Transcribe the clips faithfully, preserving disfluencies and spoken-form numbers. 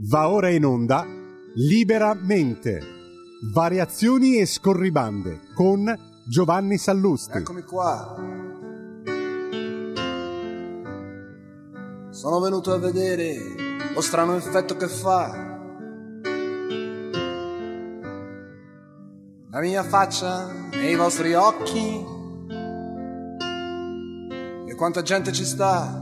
Va ora in onda Liberamente, variazioni e scorribande con Giovanni Sallusti. Eccomi qua. Sono venuto a vedere lo strano effetto che fa la mia faccia nei vostri occhi e quanta gente ci sta.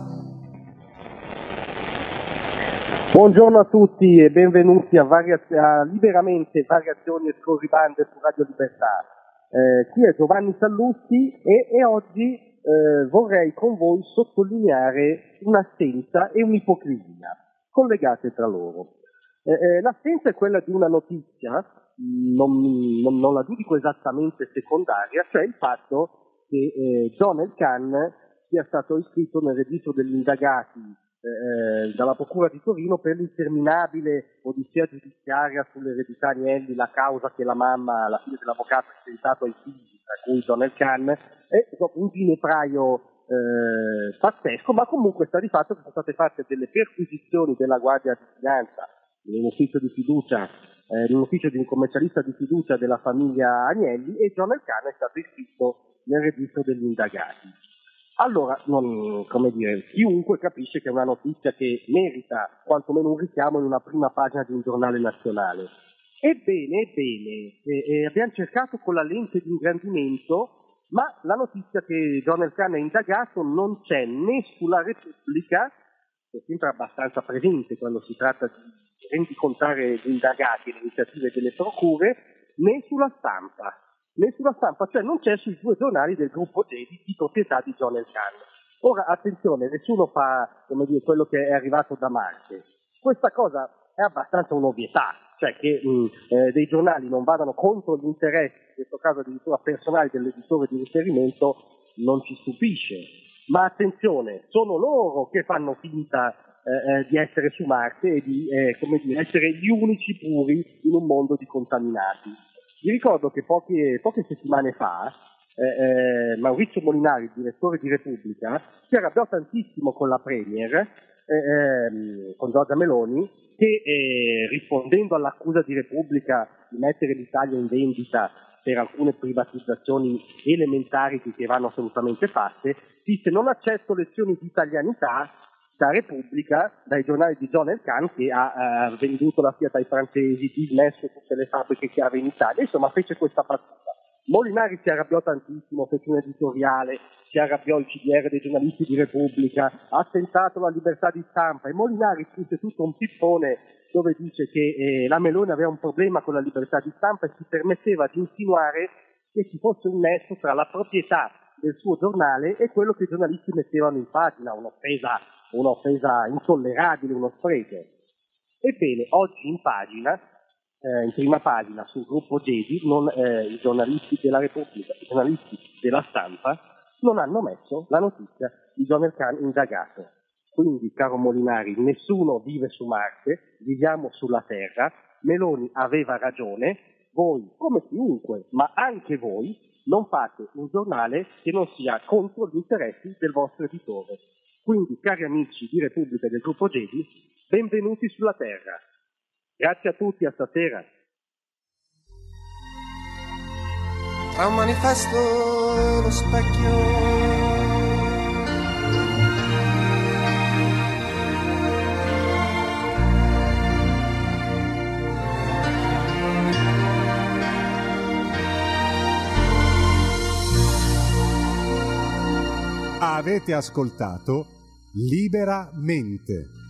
Buongiorno a tutti e benvenuti a, varia- a Liberamente, variazioni e scorribande su Radio Libertà. Eh, qui è Giovanni Sallusti e, e oggi eh, vorrei con voi sottolineare un'assenza e un'ipocrisia collegate tra loro. Eh, eh, l'assenza è quella di una notizia, non, non, non la giudico esattamente secondaria, cioè il fatto che eh, John El Khan sia stato iscritto nel registro degli indagati Eh, dalla Procura di Torino per l'interminabile odissea giudiziaria sull'eredità Agnelli, la causa che la mamma, la figlia dell'avvocato, ha presentato ai figli, tra cui John El Khan, è un ginepraio eh, pazzesco, ma comunque sta di fatto che sono state fatte delle perquisizioni della Guardia di Finanza in un ufficio di fiducia, eh, in un ufficio di un commercialista di fiducia della famiglia Agnelli, e John El Khan è stato iscritto nel registro degli indagati. Allora, non, come dire, chiunque capisce che è una notizia che merita quantomeno un richiamo in una prima pagina di un giornale nazionale. Ebbene, ebbene, eh, eh, abbiamo cercato con la lente di ingrandimento, ma la notizia che John El Khan è indagato non c'è né sulla Repubblica, che è sempre abbastanza presente quando si tratta di rendicontare gli indagati e le iniziative delle procure, né sulla Stampa. né sulla Stampa, cioè non c'è sui due giornali del gruppo J di, di proprietà di John El Khan. Ora, attenzione, nessuno fa, come dire, quello che è arrivato da Marte. Questa cosa è abbastanza un'ovvietà, cioè che mh, eh, dei giornali non vadano contro gli interessi, in questo caso addirittura personali, dell'editore di riferimento, non ci stupisce. Ma attenzione, sono loro che fanno finta eh, eh, di essere su Marte e di, eh, come dire, essere gli unici puri in un mondo di contaminati. Vi ricordo che poche, poche settimane fa eh, eh, Maurizio Molinari, il direttore di Repubblica, si arrabbiò tantissimo con la Premier, eh, eh, con Giorgia Meloni, che eh, rispondendo all'accusa di Repubblica di mettere l'Italia in vendita per alcune privatizzazioni elementari che vanno assolutamente fatte, disse: non accetto lezioni di italianità da Repubblica, dai giornali di John El Khan, che ha uh, venduto la Fiat ai francesi, dismesso tutte le fabbriche che aveva in Italia, insomma fece questa battuta. Molinari si arrabbiò tantissimo, fece un editoriale, si arrabbiò il C D R dei giornalisti di Repubblica, ha attentato alla libertà di stampa, e Molinari scrisse tutto un pippone dove dice che eh, la Meloni aveva un problema con la libertà di stampa e si permetteva di insinuare che ci fosse un nesso tra la proprietà del suo giornale e quello che i giornalisti mettevano in pagina, un'offesa un'offesa intollerabile, uno spreco. Ebbene, oggi in pagina, eh, in prima pagina sul gruppo Gedi, non, eh, i giornalisti della Repubblica, i giornalisti della Stampa non hanno messo la notizia di John El Khan indagato. Quindi, caro Molinari, nessuno vive su Marte, viviamo sulla Terra, Meloni aveva ragione, voi, come chiunque, ma anche voi, non fate un giornale che non sia contro gli interessi del vostro editore. Quindi, cari amici di Repubblica e del gruppo Gedi, benvenuti sulla Terra. Grazie a tutti, a stasera. Tra un manifesto e lo specchio avete ascoltato Liberamente.